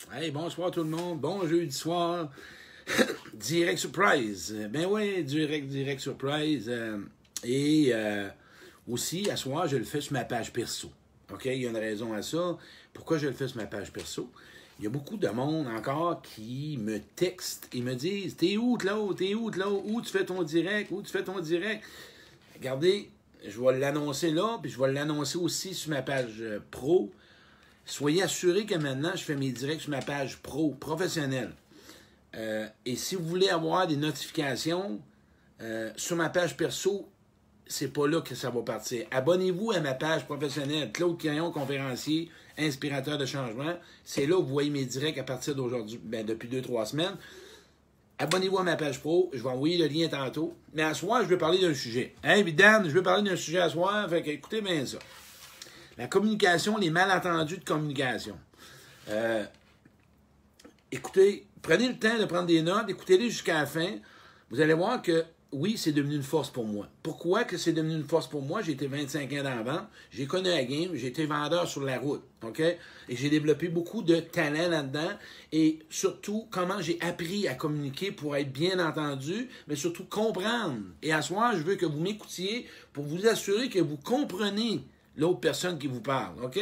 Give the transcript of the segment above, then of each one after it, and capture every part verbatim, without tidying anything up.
Hey, bonsoir tout le monde. Bon jeudi soir. Direct surprise. Ben oui, direct, direct surprise. Euh, et euh, aussi, à ce soir, je le fais sur ma page perso. OK? Il y a une raison à ça. Pourquoi je le fais sur ma page perso? Il y a beaucoup de monde encore qui me textent et me disent « T'es où, Claude? T'es où, Claude? Où tu fais ton direct? Où tu fais ton direct? » Regardez, je vais l'annoncer là, puis je vais l'annoncer aussi sur ma page euh, pro. Soyez assurés que maintenant, je fais mes directs sur ma page pro, professionnelle. Euh, et si vous voulez avoir des notifications euh, sur ma page perso, c'est pas là que ça va partir. Abonnez-vous à ma page professionnelle, Claude Quirion, conférencier, inspirateur de changement. C'est là que vous voyez mes directs à partir d'aujourd'hui, ben, depuis deux, trois semaines. Abonnez-vous à ma page pro, je vais envoyer le lien tantôt. Mais à soir, je vais parler d'un sujet. Hein, Dan, je vais parler d'un sujet à soir, fait que écoutez bien ça. La communication, les malentendus de communication. Euh, écoutez, prenez le temps de prendre des notes, écoutez-les jusqu'à la fin. Vous allez voir que, oui, c'est devenu une force pour moi. Pourquoi que c'est devenu une force pour moi? J'ai été vingt-cinq ans dans la vente, j'ai connu la game, j'ai été vendeur sur la route, OK? Et j'ai développé beaucoup de talent là-dedans et surtout, comment j'ai appris à communiquer pour être bien entendu, mais surtout comprendre. Et à ce soir, je veux que vous m'écoutiez pour vous assurer que vous comprenez l'autre personne qui vous parle, OK?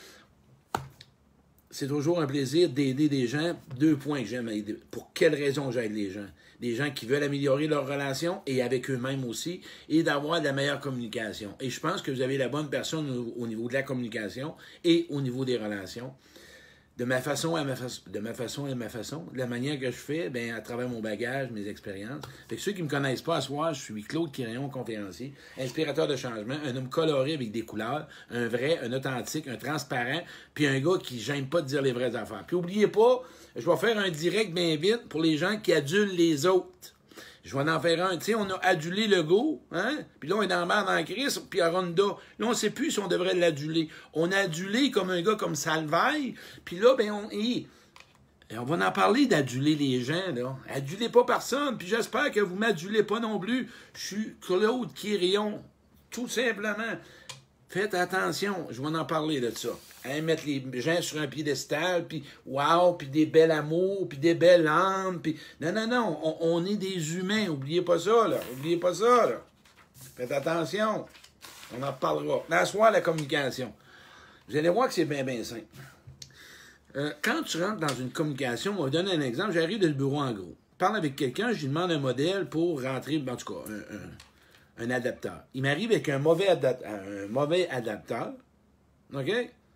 C'est toujours un plaisir d'aider des gens. Deux points que j'aime aider. Pour quelles raisons j'aide les gens? Des gens qui veulent améliorer leur relation et avec eux-mêmes aussi, et d'avoir de la meilleure communication. Et je pense que vous avez la bonne personne au, au niveau de la communication et au niveau des relations. De ma façon à ma façon, de ma façon à ma façon, de la manière que je fais, bien, à travers mon bagage, mes expériences. Fait que ceux qui ne me connaissent pas à ce soir, je suis Claude Quirion, conférencier, inspirateur de changement, un homme coloré avec des couleurs, un vrai, un authentique, un transparent, puis un gars qui ne gêne pas de dire les vraies affaires. Puis n'oubliez pas, je vais faire un direct bien vite pour les gens qui adulent les autres. Je vais en faire un. Tu sais, on a adulé Legault, hein? Puis là, on est dans la merde en crise, puis à Ronda. Là, on ne sait plus si on devrait l'aduler. On a adulé comme un gars comme Salvaille, puis là, ben on... Et, et on va en parler d'aduler les gens, là. Adulez pas personne, puis j'espère que vous m'adulez pas non plus. Je suis Claude Quirion, tout simplement. Faites attention, je vais en parler de ça. Hein, mettre les gens sur un piédestal, puis wow, puis des belles amours, puis des belles âmes, puis... Non, non, non, on, on est des humains, oubliez pas ça, là. Oubliez pas ça, là. Faites attention. On en reparlera. La soir, la communication. Vous allez voir que c'est bien, bien simple. Euh, quand tu rentres dans une communication, on va vous donner un exemple. J'arrive de le bureau en gros. Je parle avec quelqu'un, je lui demande un modèle pour rentrer, en tout cas, un... un un adapteur. Il m'arrive avec un mauvais, adap- un mauvais adapteur. OK?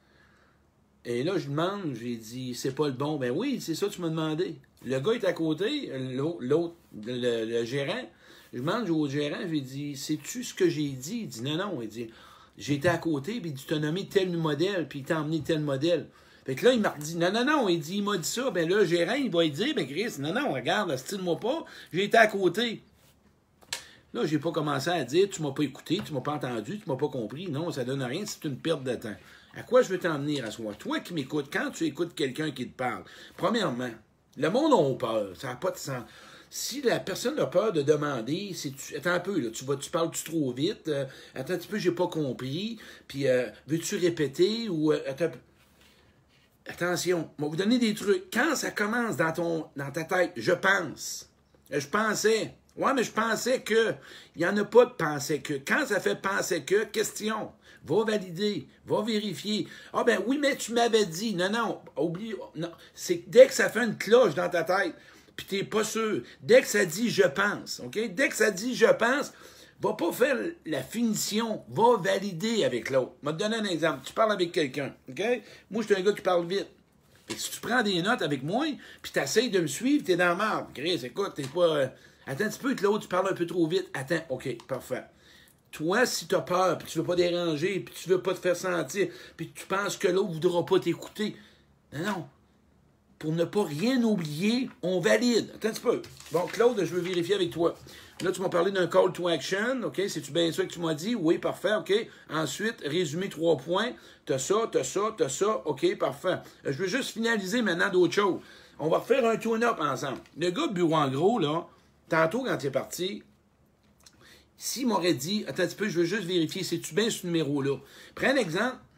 Et là, je demande, j'ai dit, c'est pas le bon. Ben oui, c'est ça que tu m'as demandé. Le gars est à côté, l'autre, le, le gérant. Je demande au gérant, j'ai dit, sais-tu ce que j'ai dit? Il dit, non, non. Il dit, j'étais à côté, puis tu t'as nommé tel modèle, puis il t'a emmené tel modèle. Fait que là, il m'a dit, non, non, non. Il dit, il m'a dit ça. Ben là, le gérant, il va lui dire, ben Chris, non, non, regarde, style-moi pas. J'étais à côté. Là, j'ai pas commencé à dire « tu m'as pas écouté, tu m'as pas entendu, tu m'as pas compris ». Non, ça donne rien, c'est une perte de temps. À quoi je veux t'en venir à soi? Toi qui m'écoutes, quand tu écoutes quelqu'un qui te parle, premièrement, le monde a peur, ça n'a pas de sens. Si la personne a peur de demander, c'est tu, attends un peu, là, tu, vas, tu parles-tu trop vite? Euh, attends un petit peu, j'ai pas compris. Puis, euh, veux-tu répéter? Ou, euh, attends, attention, je vais vous donner des trucs. Quand ça commence dans, ton, dans ta tête, je pense, je pensais... Ouais, mais je pensais que. Il n'y en a pas de pensais que. Quand ça fait penser que, question. Va valider. Va vérifier. Ah ben oui, mais tu m'avais dit. Non, non. Oublie. Non. C'est dès que ça fait une cloche dans ta tête, puis t'es pas sûr. Dès que ça dit je pense. OK? Dès que ça dit je pense, va pas faire la finition. Va valider avec l'autre. Je vais te donner un exemple. Tu parles avec quelqu'un. OK? Moi, je suis un gars qui parle vite. Fait que si tu prends des notes avec moi, puis tu essaies de me suivre, t'es dans la merde. Chris, écoute, t'es pas. Euh, Attends un petit peu, Claude, tu parles un peu trop vite. Attends, OK, parfait. Toi, si tu as peur, puis tu veux pas déranger, puis tu veux pas te faire sentir, puis tu penses que l'autre voudra pas t'écouter. Non, non. Pour ne pas rien oublier, on valide. Attends un petit peu. Bon, Claude, je veux vérifier avec toi. Là, tu m'as parlé d'un call to action, OK? C'est-tu bien ça que tu m'as dit? Oui, parfait, OK. Ensuite, résumé trois points. T'as ça, t'as ça, t'as ça, OK, parfait. Je veux juste finaliser maintenant d'autres choses. On va refaire un tune-up ensemble. Le gars de bureau en gros, là, tantôt, quand il est parti, s'il m'aurait dit, attends un petit peu, je veux juste vérifier, c'est-tu bien ce numéro-là? Prends un exemple,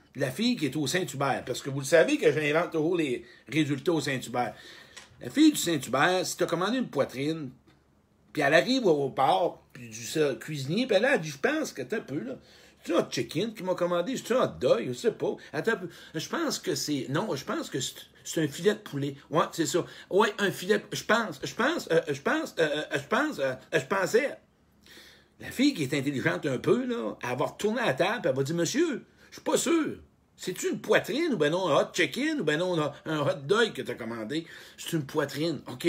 La fille qui est au Saint-Hubert, parce que vous le savez que j'invente toujours les résultats au Saint-Hubert. La fille du Saint-Hubert, si tu as commandé une poitrine, puis elle arrive au port, puis du ça, cuisinier, puis là, elle dit, je pense que t'as un peu, là. C'est un chicken qui m'a commandé, c'est un hot dog, je sais pas. Attends un peu. Je pense que c'est. Non, je pense que c'est un filet de poulet. Ouais, c'est ça. Ouais, un filet. Je pense, je pense, euh, je pense, euh, je pense, euh, je pensais. La fille qui est intelligente un peu, là, elle va retourner à la table, elle va dire, monsieur, je suis pas sûr. C'est-tu une poitrine ou ben non un hot chicken ou ben non un hot dog que tu as commandé? C'est une poitrine. OK.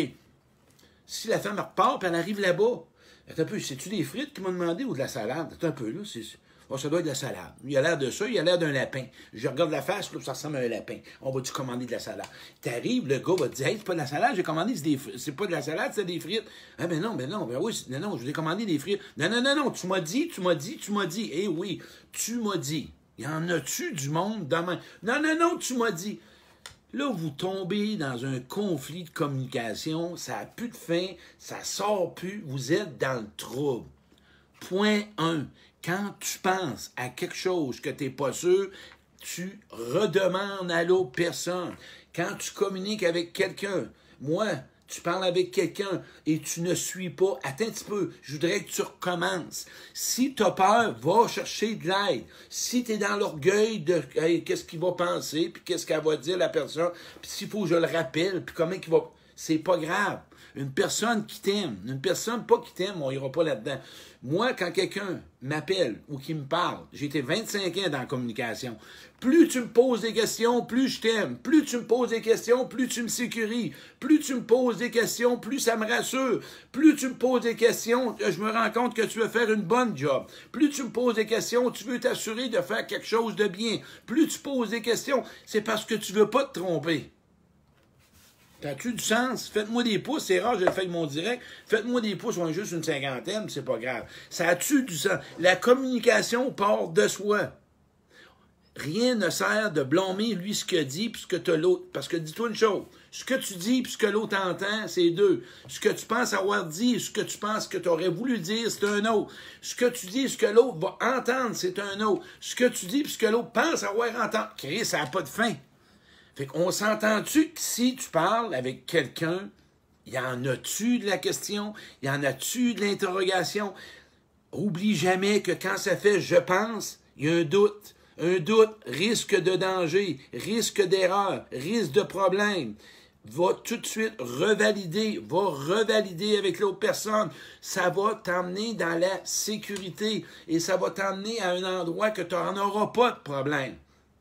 Si la femme repart, puis elle arrive là-bas, attends un peu, c'est-tu des frites qu'il m'a demandé ou de la salade? Attends un peu, là, c'est. Oh, ça doit être de la salade. Il a l'air de ça, il a l'air d'un lapin. Je regarde la face, là, ça ressemble à un lapin. On va-tu commander de la salade? T'arrives, le gars va te dire, hey, c'est pas de la salade, j'ai commandé, c'est, des... c'est pas de la salade, c'est des frites. Ah, ben non, ben non, ben oui, non, non, je vous ai commandé des frites. Non, non, non, non, tu m'as dit, tu m'as dit, tu m'as dit. Eh oui, tu m'as dit. Y en a-tu du monde demain? Non, non, non, tu m'as dit. Là, vous tombez dans un conflit de communication, ça n'a plus de fin, ça sort plus, vous êtes dans le trouble. Point un. Quand tu penses à quelque chose que tu n'es pas sûr, tu redemandes à l'autre personne. Quand tu communiques avec quelqu'un, moi, tu parles avec quelqu'un et tu ne suis pas, attends un petit peu, je voudrais que tu recommences. Si tu as peur, va chercher de l'aide. Si tu es dans l'orgueil de hey, qu'est-ce qu'il va penser, puis qu'est-ce qu'elle va dire la personne, puis s'il faut que je le rappelle, puis comment il va... C'est pas grave. Une personne qui t'aime, une personne pas qui t'aime, on ira pas là-dedans. Moi, quand quelqu'un m'appelle ou qui me parle, j'ai été vingt-cinq ans dans la communication. Plus tu me poses des questions, plus je t'aime. Plus tu me poses des questions, plus tu me sécurises. Plus tu me poses des questions, plus ça me rassure. Plus tu me poses des questions, je me rends compte que tu veux faire une bonne job. Plus tu me poses des questions, tu veux t'assurer de faire quelque chose de bien. Plus tu poses des questions, c'est parce que tu veux pas te tromper. T'as-tu du sens? Faites-moi des pouces, c'est rare, je le fais avec mon direct. Faites-moi des pouces, on est juste une cinquantaine, c'est pas grave. Ça a-tu du sens? La communication part de soi. Rien ne sert de blâmer lui ce que dit puis ce que t'as l'autre. Parce que dis-toi une chose, ce que tu dis puis ce que l'autre entend, c'est deux. Ce que tu penses avoir dit et ce que tu penses que tu aurais voulu dire, c'est un autre. Ce que tu dis et ce que l'autre va entendre, c'est un autre. Ce que tu dis puis ce que l'autre pense avoir entendu, Chris, ça n'a pas de fin. Fait qu'on s'entend-tu que si tu parles avec quelqu'un, y en a-tu de la question? Y en a-tu de l'interrogation? Oublie jamais que quand ça fait « je pense », il y a un doute. Un doute, risque de danger, risque d'erreur, risque de problème. Va tout de suite revalider, va revalider avec l'autre personne. Ça va t'emmener dans la sécurité et ça va t'emmener à un endroit que tu n'en auras pas de problème.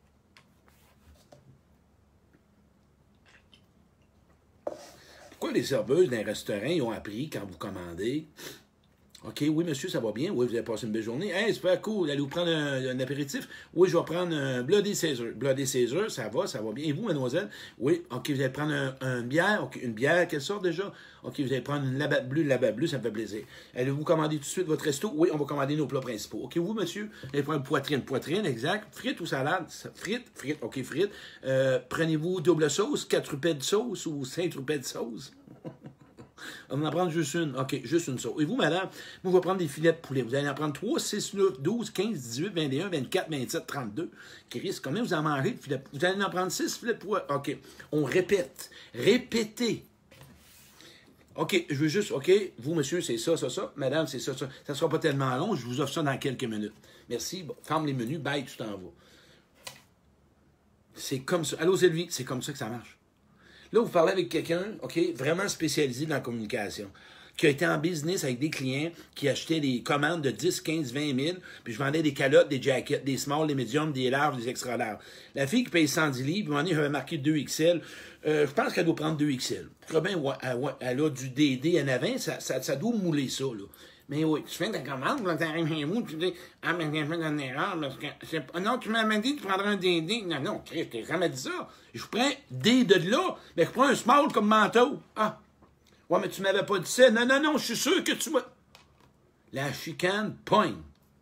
Pourquoi les serveuses d'un restaurant ils ont appris quand vous commandez? OK, oui, monsieur, ça va bien. Oui, vous avez passé une belle journée. Hey, super cool. Allez-vous prendre un, un apéritif? Oui, je vais prendre un Bloody Caesar. Bloody Caesar, ça va, ça va bien. Et vous, mademoiselle? Oui, OK, vous allez prendre un, un bière. OK, une bière, quelle sorte déjà? OK, vous allez prendre une Labatt Bleu, Labatt Bleu, ça me fait plaisir. Allez-vous commander tout de suite votre resto? Oui, on va commander nos plats principaux. OK, vous, monsieur? Vous allez prendre poitrine. Poitrine, exact. Frites ou salade? Frites, frites, OK, frites. Euh, prenez-vous double sauce, quatre rupets de sauce ou cinq rupets de sauce? On va en prendre juste une. OK, juste une sauce. Et vous, madame, moi, je vais prendre des filets de poulet. Vous allez en prendre trois, six, neuf, douze, quinze, dix-huit, vingt et un, vingt-quatre, vingt-sept, trente-deux. Chris, combien vous en mangez de filets de poulet? Vous allez en prendre six filets de poulet. OK. On répète. Répétez. OK, je veux juste, OK, vous, monsieur, c'est ça, ça, ça. Madame, c'est ça, ça. Ça ne sera pas tellement long. Je vous offre ça dans quelques minutes. Merci. Bon, ferme les menus. Bye, tu t'en vas. C'est comme ça. Allô, Sylvie, c'est comme ça que ça marche. Là, vous parlez avec quelqu'un, OK, vraiment spécialisé dans la communication, qui a été en business avec des clients qui achetaient des commandes de dix, quinze, vingt mille, puis je vendais des calottes, des jackets, des smalls, des médiums, des larges, des extra larges. La fille qui paye cent dix livres, à un moment donné, j'avais marqué deux X L. Euh, je pense qu'elle doit prendre deux X L. Très bien, ouais, elle, elle a du D D en avant, ça, ça, ça doit mouler ça, là. Mais oui, tu fais ta commande, quand tu arrives chez vous, tu dis « Ah, mais j'ai fait une erreur, parce que... c'est... Non, tu m'avais dit que tu prendrais un D D. » Non, non, Chris, je t'ai jamais dit ça. Je prends D de là, mais je prends un small comme manteau. Ah, ouais, mais tu m'avais pas dit ça. Non, non, non, je suis sûr que tu m'as... La chicane pogne.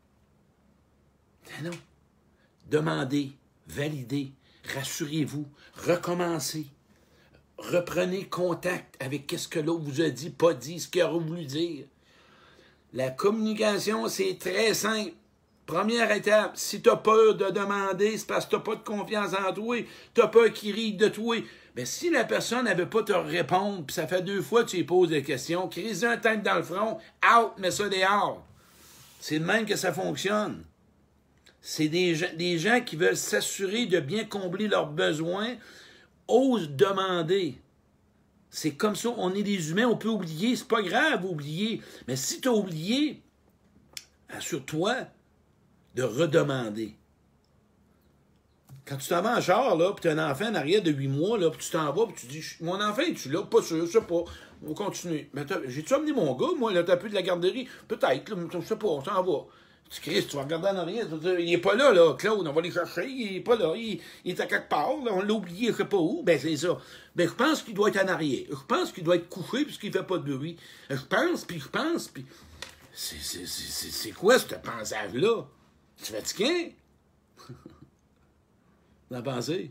Non, non. Demandez, validez, rassurez-vous, recommencez. Reprenez contact avec qu'est-ce que l'autre vous a dit, pas dit, ce qu'il aurait voulu dire. La communication, c'est très simple. Première étape, si tu as peur de demander, c'est parce que tu n'as pas de confiance en toi, tu as peur qu'il rit de toi. Mais si la personne ne veut pas te répondre, puis ça fait deux fois que tu lui poses des questions, crise un tête dans le front, out, mets ça dehors. C'est de même que ça fonctionne. C'est des gens, des gens qui veulent s'assurer de bien combler leurs besoins, osent demander. C'est comme ça, on est des humains, on peut oublier, c'est pas grave oublier. Mais si tu as oublié, assure-toi de redemander. Quand tu t'en vas en char, là, puis tu as un enfant en arrière de huit mois, là, puis tu t'en vas, puis tu dis, mon enfant, es-tu là? Pas sûr, je sais pas. On va continuer. Mais j'ai-tu amené mon gars, moi, là, t'as plus de la garderie? Peut-être, là, je sais pas, on s'en va. Tu cries, tu vas regarder en arrière, tu vas dire, il est pas là, là, Claude, on va les chercher, il est pas là, il, il est à quelque part, là, on l'a oublié, je sais pas où. Ben, c'est ça. Ben, je pense qu'il doit être en arrière. Je pense qu'il doit être couché, puisqu'il fait pas de bruit. Je pense, puis je pense, puis... C'est quoi, ce pensage-là? Tu es fatigué? Vous en pensez?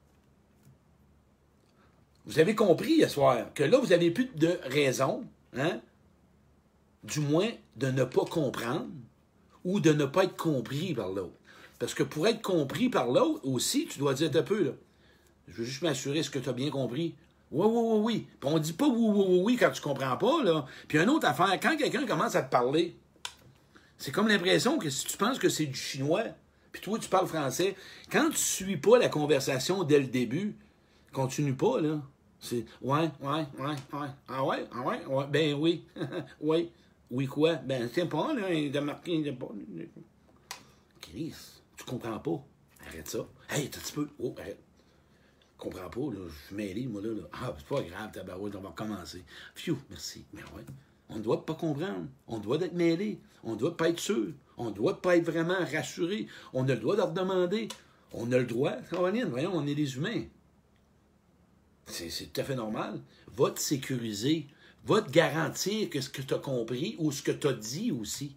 Vous avez compris hier soir que là, vous n'avez plus de raison, hein? Du moins, de ne pas comprendre ou de ne pas être compris par l'autre. Parce que pour être compris par l'autre aussi, tu dois dire un peu, là. Je veux juste m'assurer ce que tu as bien compris. Oui, oui, oui, oui. Puis on dit pas oui, oui, oui, oui quand tu comprends pas, là. Puis une autre affaire, quand quelqu'un commence à te parler, c'est comme l'impression que si tu penses que c'est du chinois, puis toi, tu parles français, quand tu suis pas la conversation dès le début, continue pas, là. C'est ouais, ouais, ouais, ouais. Ah ouais, ah ouais, ouais. Ben oui. oui. Oui, quoi? Ben, c'est pas, là. Il a marqué, il a pas. Chris, tu comprends pas. Arrête ça. Hey, t'as un petit peu. Oh, arrête. Je comprends pas, là. Je suis mêlé, moi, là. là. Ah, c'est pas grave, tabarouette, on va recommencer. Phew, merci. Mais ouais. On ne doit pas comprendre. On doit être mêlé. On ne doit pas être sûr. On ne doit pas être vraiment rassuré. On a le droit de leur demander. On a le droit. Caroline, voyons, on est des humains. C'est tout à fait normal. Va te sécuriser. Va te garantir que ce que tu as compris ou ce que tu as dit aussi.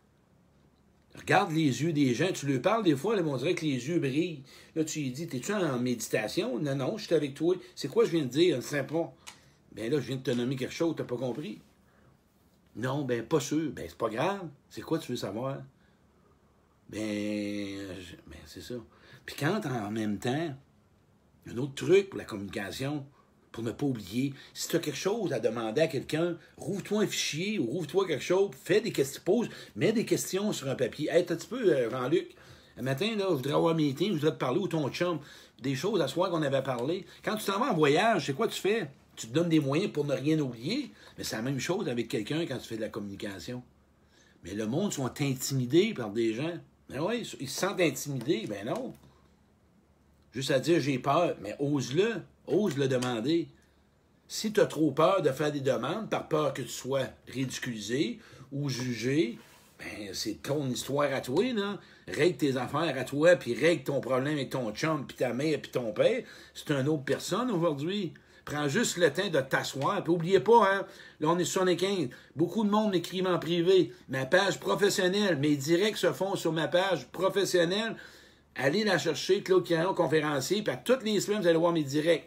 Regarde les yeux des gens. Tu leur parles des fois, là, on dirait que les yeux brillent. Là, tu lui dis, t'es-tu en méditation? Non, non, je suis avec toi. C'est quoi je viens de dire? C'est pas. Bien là, je viens de te nommer quelque chose, t'as pas compris. Non, ben pas sûr. Ben c'est pas grave. C'est quoi tu veux savoir? Ben, je... ben c'est ça. Puis quand en même temps, un autre truc pour la communication, pour ne pas oublier, si tu as quelque chose à demander à quelqu'un, rouvre-toi un fichier ou rouvre-toi quelque chose, fais des questions, pose, mets des questions sur un papier. Hey, t'as un petit peu, euh, Jean-Luc, un matin, là, je voudrais avoir un meeting, je voudrais te parler ou ton chum, des choses à soir qu'on avait parlé. Quand tu t'en vas en voyage, c'est quoi tu fais? Tu te donnes des moyens pour ne rien oublier, mais c'est la même chose avec quelqu'un quand tu fais de la communication. Mais le monde sont intimidés par des gens. Ben oui, ils se sentent intimidés. Ben non. Juste à dire j'ai peur, mais ose-le. Ose le demander. Si tu as trop peur de faire des demandes, par peur que tu sois ridiculisé ou jugé, ben c'est ton histoire à toi, là. Règle tes affaires à toi, puis règle ton problème avec ton chum, puis ta mère, puis ton père. C'est une autre personne aujourd'hui. Prends juste le temps de t'asseoir. Puis n'oubliez pas, hein, là on est soixante-quinze. Beaucoup de monde m'écrivent en privé. Ma page professionnelle, mes directs se font sur ma page professionnelle. Allez la chercher, Claude Quirion, conférencier, puis à toutes les semaines, vous allez voir mes directs.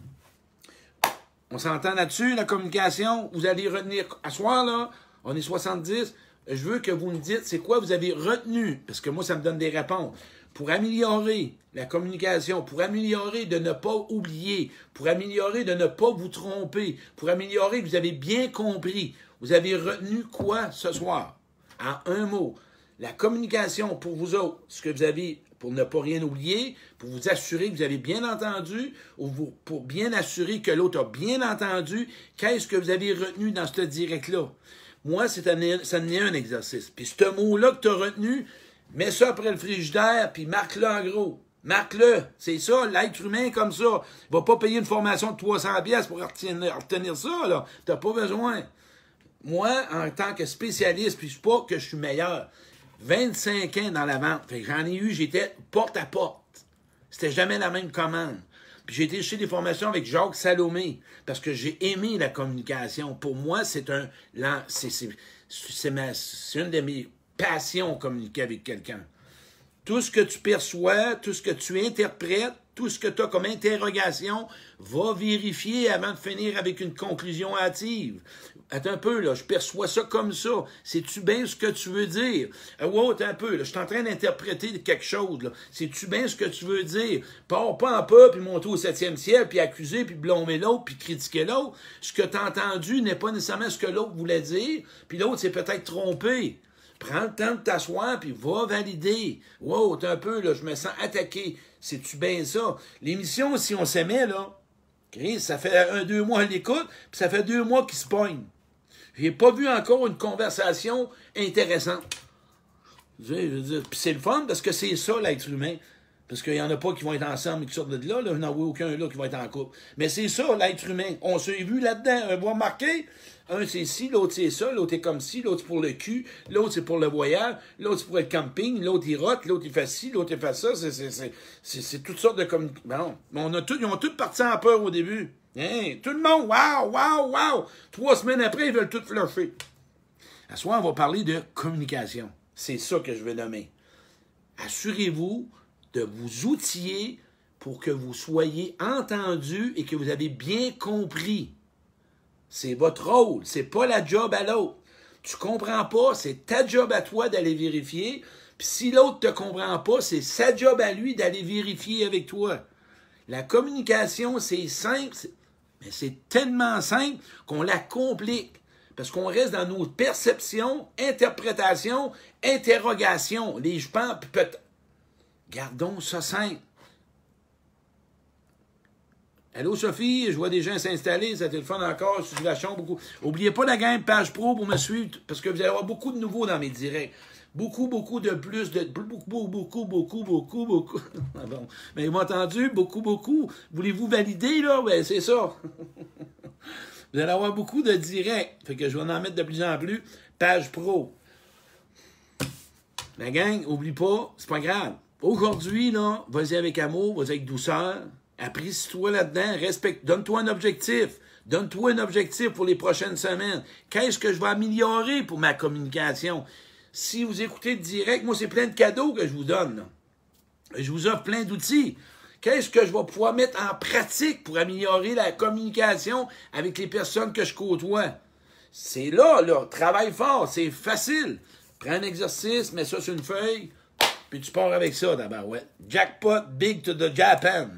On s'entend là-dessus, la communication. Vous allez retenir. À soir, là, on est soixante-dix. Je veux que vous me dites c'est quoi vous avez retenu, parce que moi, ça me donne des réponses. Pour améliorer la communication, pour améliorer de ne pas oublier, pour améliorer de ne pas vous tromper, pour améliorer que vous avez bien compris. Vous avez retenu quoi ce soir? En un mot, la communication pour vous autres, ce que vous avez pour ne pas rien oublier, pour vous assurer que vous avez bien entendu, ou vous, pour bien assurer que l'autre a bien entendu, qu'est-ce que vous avez retenu dans ce direct-là? Moi, c'est un, ça n'est un exercice. Puis ce mot-là que tu as retenu, mets ça après le frigidaire, puis marque-le en gros. Marque-le. C'est ça, l'être humain comme ça. Il va pas payer une formation de trois cents pièces pour retenir, retenir ça, là. Tu n'as pas besoin. Moi, en tant que spécialiste, puis je ne sais pas que je suis meilleur, vingt-cinq ans dans la vente. Fait que j'en ai eu, j'étais porte à porte. C'était jamais la même commande. Puis j'ai été chercher des formations avec Jacques Salomé parce que j'ai aimé la communication. Pour moi, c'est un c'est c'est c'est ma c'est une de mes passions communiquer avec quelqu'un. Tout ce que tu perçois, tout ce que tu interprètes, tout ce que tu as comme interrogation, va vérifier avant de finir avec une conclusion hâtive. Attends un peu, là, je perçois ça comme ça. Sais-tu bien ce que tu veux dire? Euh, wow, attends un peu, là, je suis en train d'interpréter quelque chose, là. Sais-tu bien ce que tu veux dire? Pars pas en pas, puis monter au septième ciel, puis accuser, puis blâmer l'autre, puis critiquer l'autre. Ce que tu as entendu n'est pas nécessairement ce que l'autre voulait dire, puis l'autre s'est peut-être trompé. Prends le temps de t'asseoir, puis va valider. Wow, attends un peu, là, je me sens attaqué. Sais-tu bien ça? L'émission, si on s'aimait, là, Chris, ça fait un, deux mois, elle l'écoute, puis ça fait deux mois qu'il se pogne. J'ai pas vu encore une conversation intéressante. Je veux dire, puis c'est le fun parce que c'est ça l'être humain. Parce qu'il n'y en a pas qui vont être ensemble et qui sortent de là. Là, je n'en vois aucun là qui va être en couple. Mais c'est ça l'être humain. On s'est vu là-dedans. Un bois marqué. Un c'est ci, l'autre c'est ça, l'autre est comme ci, l'autre c'est pour le cul, l'autre c'est pour le voyage, l'autre c'est pour le camping, l'autre il rote, l'autre il fait ci, l'autre il fait ça. C'est, c'est, c'est, c'est, c'est toutes sortes de communications. Bon, on a tout, ils ont tous parti en peur au début. Hein? Tout le monde, wow, wow, wow! Trois semaines après, ils veulent tout flusher. À ce soir, on va parler de communication. C'est ça que je vais nommer. Assurez-vous de vous outiller pour que vous soyez entendus et que vous avez bien compris. C'est votre rôle, c'est pas la job à l'autre. Tu comprends pas, c'est ta job à toi d'aller vérifier. Puis si l'autre te comprend pas, c'est sa job à lui d'aller vérifier avec toi. La communication, c'est simple, c'est... mais c'est tellement simple qu'on la complique. Parce qu'on reste dans nos perceptions, interprétations, interrogations. Les je pense, peut-être. Gardons ça simple. Allô Sophie, je vois des gens s'installer, ça téléphone encore, sur la chambre beaucoup. N'oubliez pas la game Page Pro pour me suivre, parce que vous allez avoir beaucoup de nouveaux dans mes directs. Beaucoup, beaucoup de plus, de beaucoup, beaucoup, beaucoup, beaucoup, beaucoup. Bon. Mais vous m'avez entendu? Beaucoup, beaucoup. Voulez-vous valider, là? Ben, c'est ça. Vous allez avoir beaucoup de directs. Fait que je vais en mettre de plus en plus. Page Pro. La gang, oublie pas, c'est pas grave. Aujourd'hui, là, vas-y avec amour, vas-y avec douceur. Apprécie-toi là-dedans, respecte, donne-toi un objectif. Donne-toi un objectif pour les prochaines semaines. Qu'est-ce que je vais améliorer pour ma communication? Si vous écoutez le direct, moi, c'est plein de cadeaux que je vous donne, là. Je vous offre plein d'outils. Qu'est-ce que je vais pouvoir mettre en pratique pour améliorer la communication avec les personnes que je côtoie? C'est là, là. Travaille fort, c'est facile. Prends un exercice, mets ça sur une feuille, puis tu pars avec ça d'abord, ouais. Jackpot big to the Japan.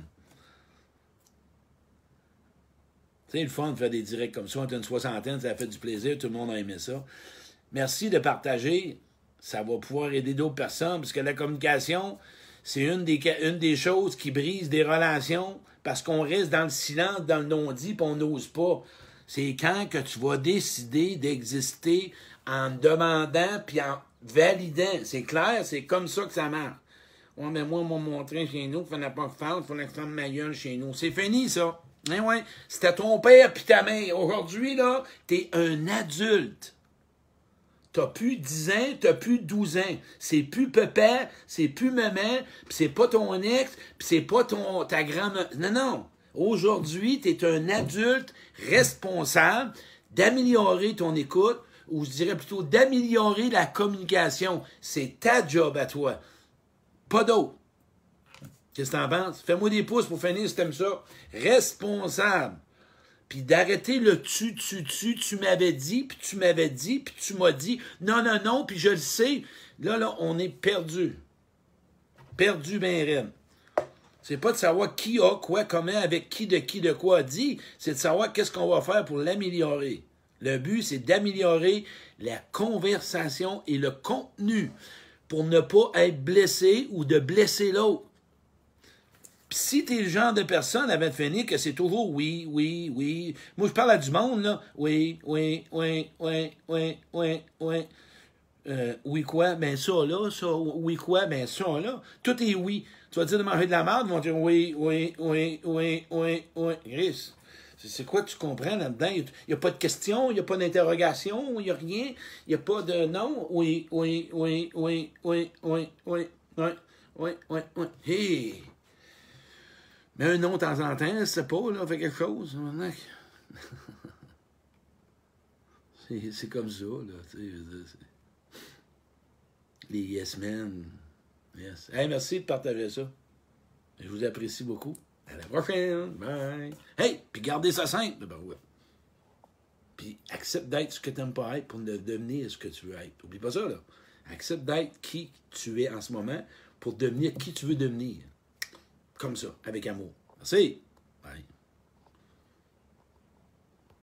C'est le fun de faire des directs comme ça. On est une soixantaine, ça a fait du plaisir, tout le monde a aimé ça. Merci de partager. Ça va pouvoir aider d'autres personnes, parce que la communication, c'est une des, une des choses qui brise des relations, parce qu'on reste dans le silence, dans le non-dit, puis on n'ose pas. C'est quand que tu vas décider d'exister en demandant, puis en validant. C'est clair, c'est comme ça que ça marche. Ouais, mais moi, on m'a montré chez nous qu'il ne fallait pas faire, il fallait que je ferme ma gueule chez nous. C'est fini, ça. Hein, ouais. C'était ton père puis ta mère. Aujourd'hui, là, t'es un adulte. T'as plus dix ans, t'as plus douze ans. C'est plus papa, c'est plus maman, pis c'est pas ton ex, pis c'est pas ton ta grand-mère. Non, non. Aujourd'hui, t'es un adulte responsable d'améliorer ton écoute, ou je dirais plutôt d'améliorer la communication. C'est ta job à toi. Pas d'autre. Qu'est-ce que t'en penses? Fais-moi des pouces pour finir si t'aimes ça. Responsable. Puis d'arrêter le tu, tu, tu, tu m'avais dit, puis tu m'avais dit, puis tu m'as dit. Non, non, non, puis je le sais. Là, là, on est perdu. Perdu ben raide. C'est pas de savoir qui a quoi, comment, avec qui, de qui, de quoi dit. C'est de savoir qu'est-ce qu'on va faire pour l'améliorer. Le but, c'est d'améliorer la conversation et le contenu pour ne pas être blessé ou de blesser l'autre. Puis si t'es le genre de personne avant de finir que c'est toujours oui, oui, oui. Moi, je parle à du monde, là. Oui, oui, oui, oui, oui, oui, oui. Euh, oui quoi? Ben ça, là. Ça, oui quoi? Ben ça, là. Tout est oui. Tu vas dire de manger de la merde, ils vont dire oui, oui, oui, oui, oui, oui. Chris, c'est quoi que tu comprends là-dedans? Il n'y a pas de question, il n'y a pas d'interrogation, il n'y a rien. Il n'y a pas de non. Oui, oui, oui, oui, oui, oui, oui, oui, oui, oui, oui. Hey! Mais un nom de temps en temps, c'est pas, là, fait quelque chose. c'est, c'est comme ça, là, tu sais. Les yes men. Yes. Hey, merci de partager ça. Je vous apprécie beaucoup. À la prochaine. Bye. Hey, puis gardez ça simple. Ben ouais. Puis accepte d'être ce que tu n'aimes pas être pour devenir ce que tu veux être. Oublie pas ça, là. Accepte d'être qui tu es en ce moment pour devenir qui tu veux devenir. Comme ça, avec amour. Merci. Bye.